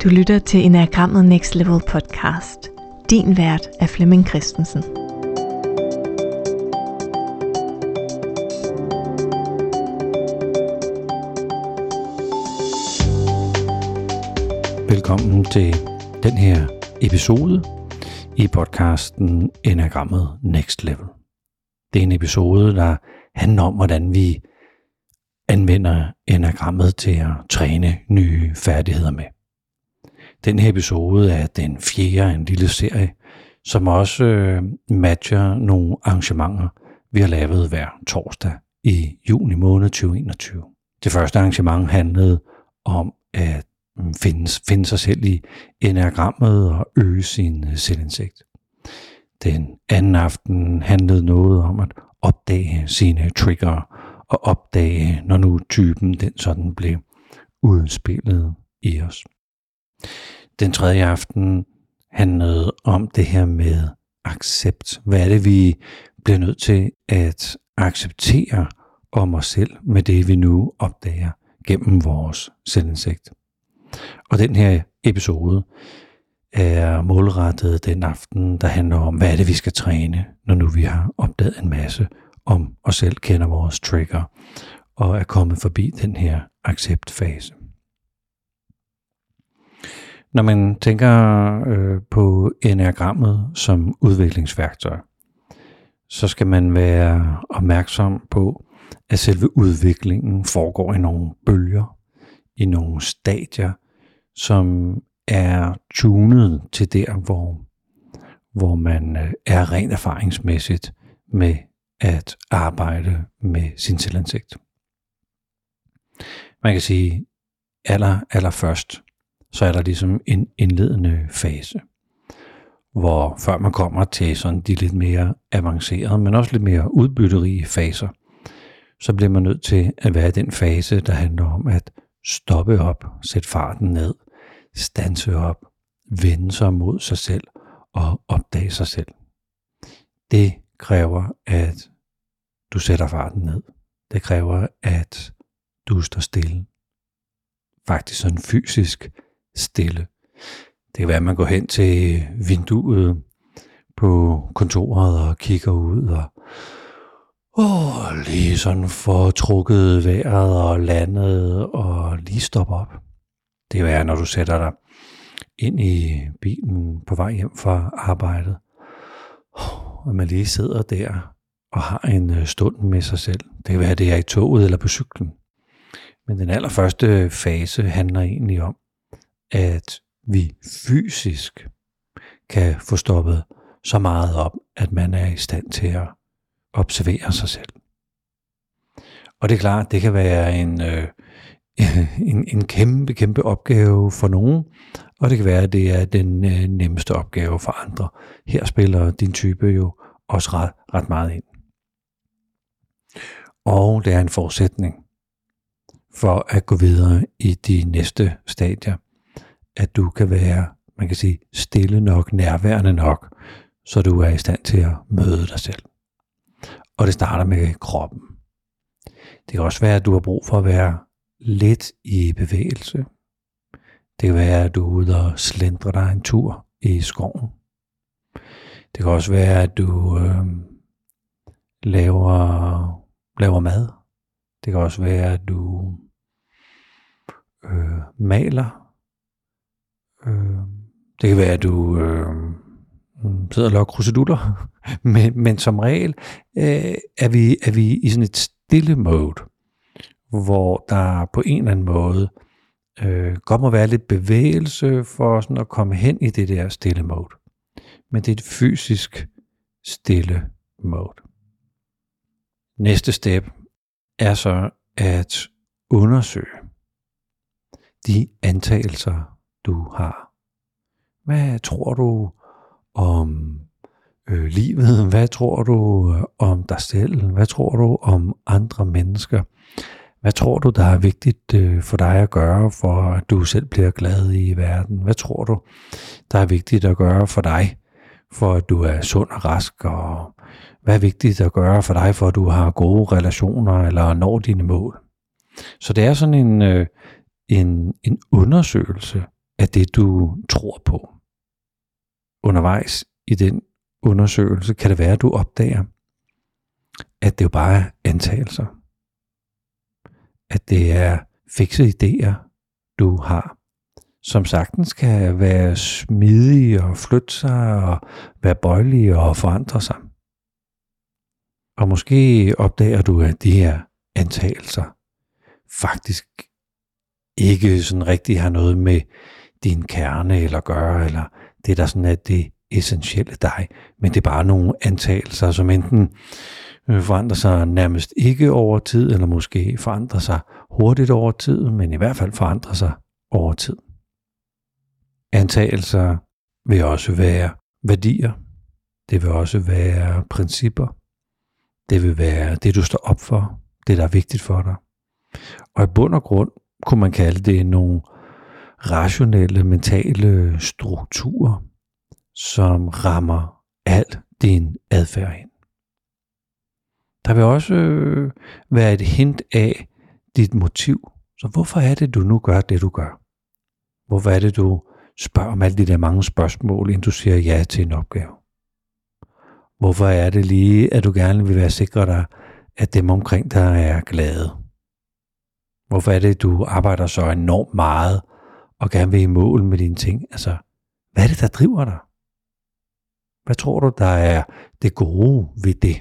Du lytter til Enagrammet Next Level podcast. Din vært er Flemming Christensen. Velkommen til den her episode i podcasten Enagrammet Next Level. Det er en episode, der handler om, hvordan vi anvender enagrammet til at træne nye færdigheder med. Den her episode er den fjerde af en lille serie, som også matcher nogle arrangementer, vi har lavet hver torsdag i juni måned 2021. Det første arrangement handlede om at finde sig selv i enagrammet og øge sin selvindsigt. Den anden aften handlede noget om at opdage sine trigger og opdage, når nu typen den sådan blev udspillet i os. Den tredje aften handlede om det her med accept. Hvad er det, vi bliver nødt til at acceptere om os selv med det, vi nu opdager gennem vores selvindsigt. Og den her episode er målrettet den aften, der handler om, hvad er det, vi skal træne, når nu vi har opdaget en masse om os selv, kender vores trigger og er kommet forbi den her acceptfase. Når man tænker på enagrammet som udviklingsværktøj, så skal man være opmærksom på, at selve udviklingen foregår i nogle bølger, i nogle stadier, som er tunet til der, hvor man er rent erfaringsmæssigt med at arbejde med sin selvindsigt. Man kan sige, allerførst, så er der ligesom en indledende fase, hvor før man kommer til sådan de lidt mere avancerede, men også lidt mere udbytterige faser, så bliver man nødt til at være i den fase, der handler om at stoppe op, sætte farten ned, standse op, vende sig mod sig selv og opdage sig selv. Det kræver, at du sætter farten ned. Det kræver, at du står stille. Faktisk sådan fysisk stille. Det kan være, at man går hen til vinduet på kontoret og kigger ud og lige sådan får trukket vejret og landet og lige stopper op. Det kan være, når du sætter dig ind i bilen på vej hjem fra arbejdet, og man lige sidder der og har en stund med sig selv. Det kan være, det er i toget eller på cyklen. Men den allerførste fase handler egentlig om, at vi fysisk kan få stoppet så meget op, at man er i stand til at observere sig selv. Og det er klart, det kan være en kæmpe opgave for nogen, og det kan være, at det er den nemmeste opgave for andre. Her spiller din type jo også ret meget ind. Og det er en forudsætning for at gå videre i de næste stadier, at du kan være, man kan sige, stille nok, nærværende nok, så du er i stand til at møde dig selv. Og det starter med kroppen. Det kan også være, at du har brug for at være lidt i bevægelse. Det kan være, at du er ude og slendrer dig en tur i skoven. Det kan også være, at du laver mad. Det kan også være, at du maler. Det kan være, at du sidder og laver kruseduller. Men som regel er vi i sådan et stille mode, hvor der på en eller anden måde godt må være lidt bevægelse for sådan at komme hen i det der stille mode. Men det er et fysisk stille mode. Næste step er så at undersøge de antagelser, du har. Hvad tror du om livet? Hvad tror du om dig selv? Hvad tror du om andre mennesker? Hvad tror du, der er vigtigt for dig at gøre, for at du selv bliver glad i verden? Hvad tror du, der er vigtigt at gøre for dig, for at du er sund og rask? Og hvad er vigtigt at gøre for dig, for at du har gode relationer eller når dine mål? Så det er sådan en undersøgelse af det, du tror på. Undervejs i den undersøgelse kan det være, at du opdager, at det jo bare er antagelser. At det er fikse idéer, du har, som sagtens kan være smidige og flytte sig og være bøjelige og forandre sig. Og måske opdager du, at de her antagelser faktisk ikke sådan rigtig har noget med din kerne eller gøre, eller det der sådan er det essentielle dig, men det er bare nogle antagelser, som enten forandrer sig nærmest ikke over tid, eller måske forandrer sig hurtigt over tid, men i hvert fald forandrer sig over tid. Antagelser vil også være værdier. Det vil også være principper. Det vil være det, du står op for. Det, der er vigtigt for dig. Og i bund og grund kunne man kalde det nogle rationelle, mentale strukturer, som rammer alt din adfærd ind. Der vil også være et hint af dit motiv. Så hvorfor er det, du nu gør det, du gør? Hvorfor er det, du spørger om alle de der mange spørgsmål, inden du siger ja til en opgave? Hvorfor er det lige, at du gerne vil være sikker dig, at dem omkring dig er glade? Hvorfor er det, du arbejder så enormt meget og gerne vil i mål med dine ting? Altså, hvad er det, der driver dig? Hvad tror du, der er det gode ved det?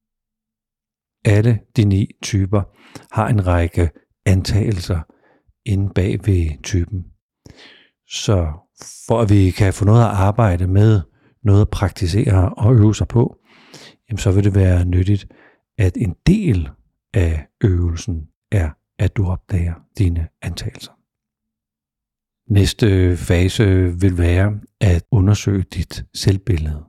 Alle de 9 typer har en række antagelser inde bag ved typen. Så for at vi kan få noget at arbejde med, noget at praktisere og øve sig på, jamen så vil det være nyttigt, at en del af øvelsen er, at du opdager dine antagelser. Næste fase vil være at undersøge dit selvbillede.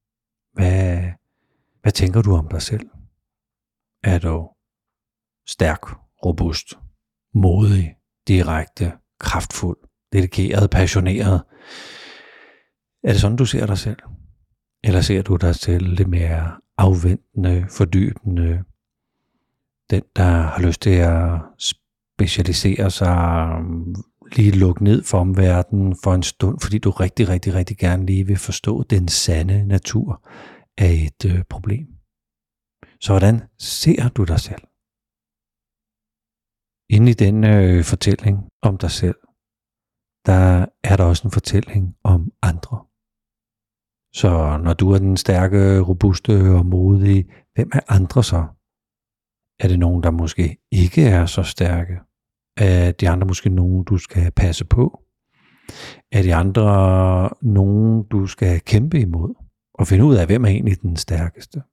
Hvad tænker du om dig selv? Er du stærk, robust, modig, direkte, kraftfuld, dedikeret, passioneret? Er det sådan, du ser dig selv? Eller ser du dig selv lidt mere afventende, fordybende? Den, der har lyst til at specialisere sig, lige lukke ned for omverdenen for en stund, fordi du rigtig, rigtig, rigtig gerne lige vil forstå den sande natur af et problem. Så hvordan ser du dig selv? Inde i den fortælling om dig selv, der er der også en fortælling om andre. Så når du er den stærke, robuste og modige, hvem er andre så? Er det nogen, der måske ikke er så stærke? Er de andre måske nogen, du skal passe på? Er de andre nogen, du skal kæmpe imod? Og finde ud af, hvem er egentlig den stærkeste?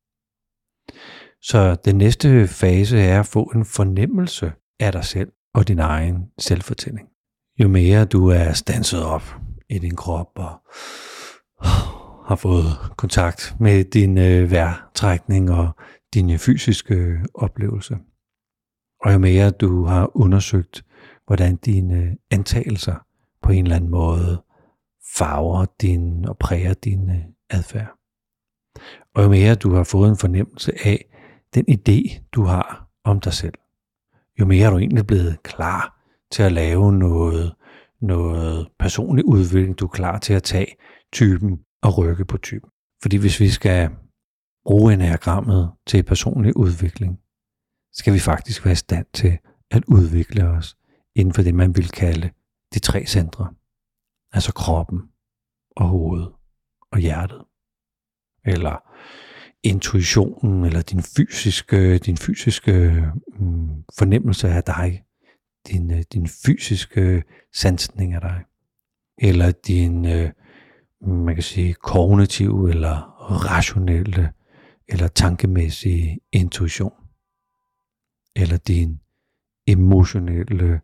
Så den næste fase er at få en fornemmelse af dig selv og din egen selvfortælling. Jo mere du er standset op i din krop og har fået kontakt med din vejrtrækning og din fysiske oplevelse, og jo mere du har undersøgt, hvordan dine antagelser på en eller anden måde farver din og præger din adfærd, og jo mere du har fået en fornemmelse af den idé, du har om dig selv, jo mere er du egentlig blevet klar til at lave noget personlig udvikling. Du er klar til at tage typen og rykke på typen. Fordi hvis vi skal bruge enagrammet til personlig udvikling, skal vi faktisk være i stand til at udvikle os inden for det, man vil kalde de 3 centre. Altså kroppen og hovedet og hjertet. Eller intuitionen, eller din fysiske fornemmelse af dig. Din fysiske sansning af dig. Eller din, man kan sige, kognitive eller rationelle eller tankemæssige intuition. Eller din emotionelle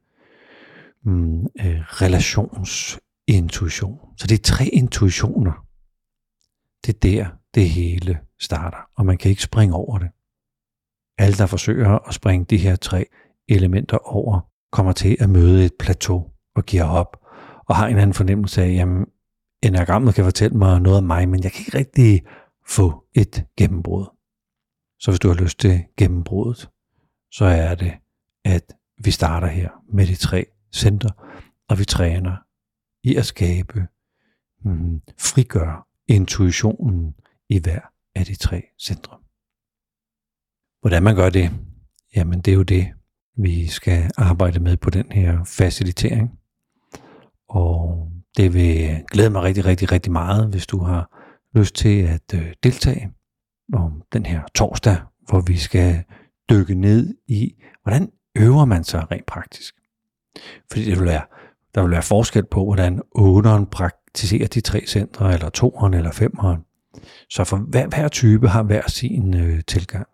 relationsintuition. Så det er 3 intuitioner. Det er der, det hele starter, og man kan ikke springe over det. Alle, der forsøger at springe de her 3 elementer over, kommer til at møde et plateau og giver op, og har en eller anden fornemmelse af, jamen, enagrammet kan fortælle mig noget om mig, men jeg kan ikke rigtig få et gennembrud. Så hvis du har lyst til gennembruddet, så er det, at vi starter her med de 3 centre, og vi træner i at skabe, frigøre intuitionen i hver af de 3 centre. Hvordan man gør det? Jamen det er jo det, vi skal arbejde med på den her facilitering. Og det vil glæde mig rigtig, rigtig, rigtig meget, hvis du har lyst til at deltage om den her torsdag, hvor vi skal dykke ned i, hvordan øver man sig rent praktisk. Fordi der vil være forskel på, hvordan 8'eren praktiserer de 3 centre, eller 2'eren eller 5'eren. Så for hver type har hver sin tilgang.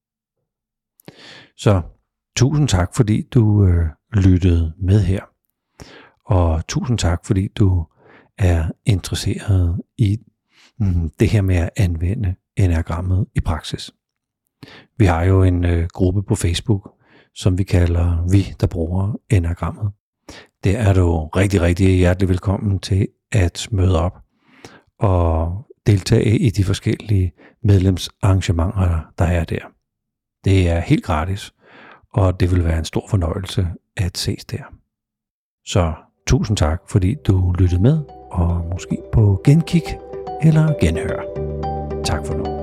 Så tusind tak, fordi du lyttede med her. Og tusind tak, fordi du er interesseret i det her med at anvende enagrammet i praksis. Vi har jo en gruppe på Facebook, som vi kalder Vi, der bruger enagrammet. Der er du rigtig, rigtig hjertelig velkommen til at møde op og deltage i de forskellige medlemsarrangementer, der er der. Det er helt gratis, og det vil være en stor fornøjelse at ses der. Så tusind tak, fordi du lyttede med, og måske på genkig eller genhør. Tak for nu.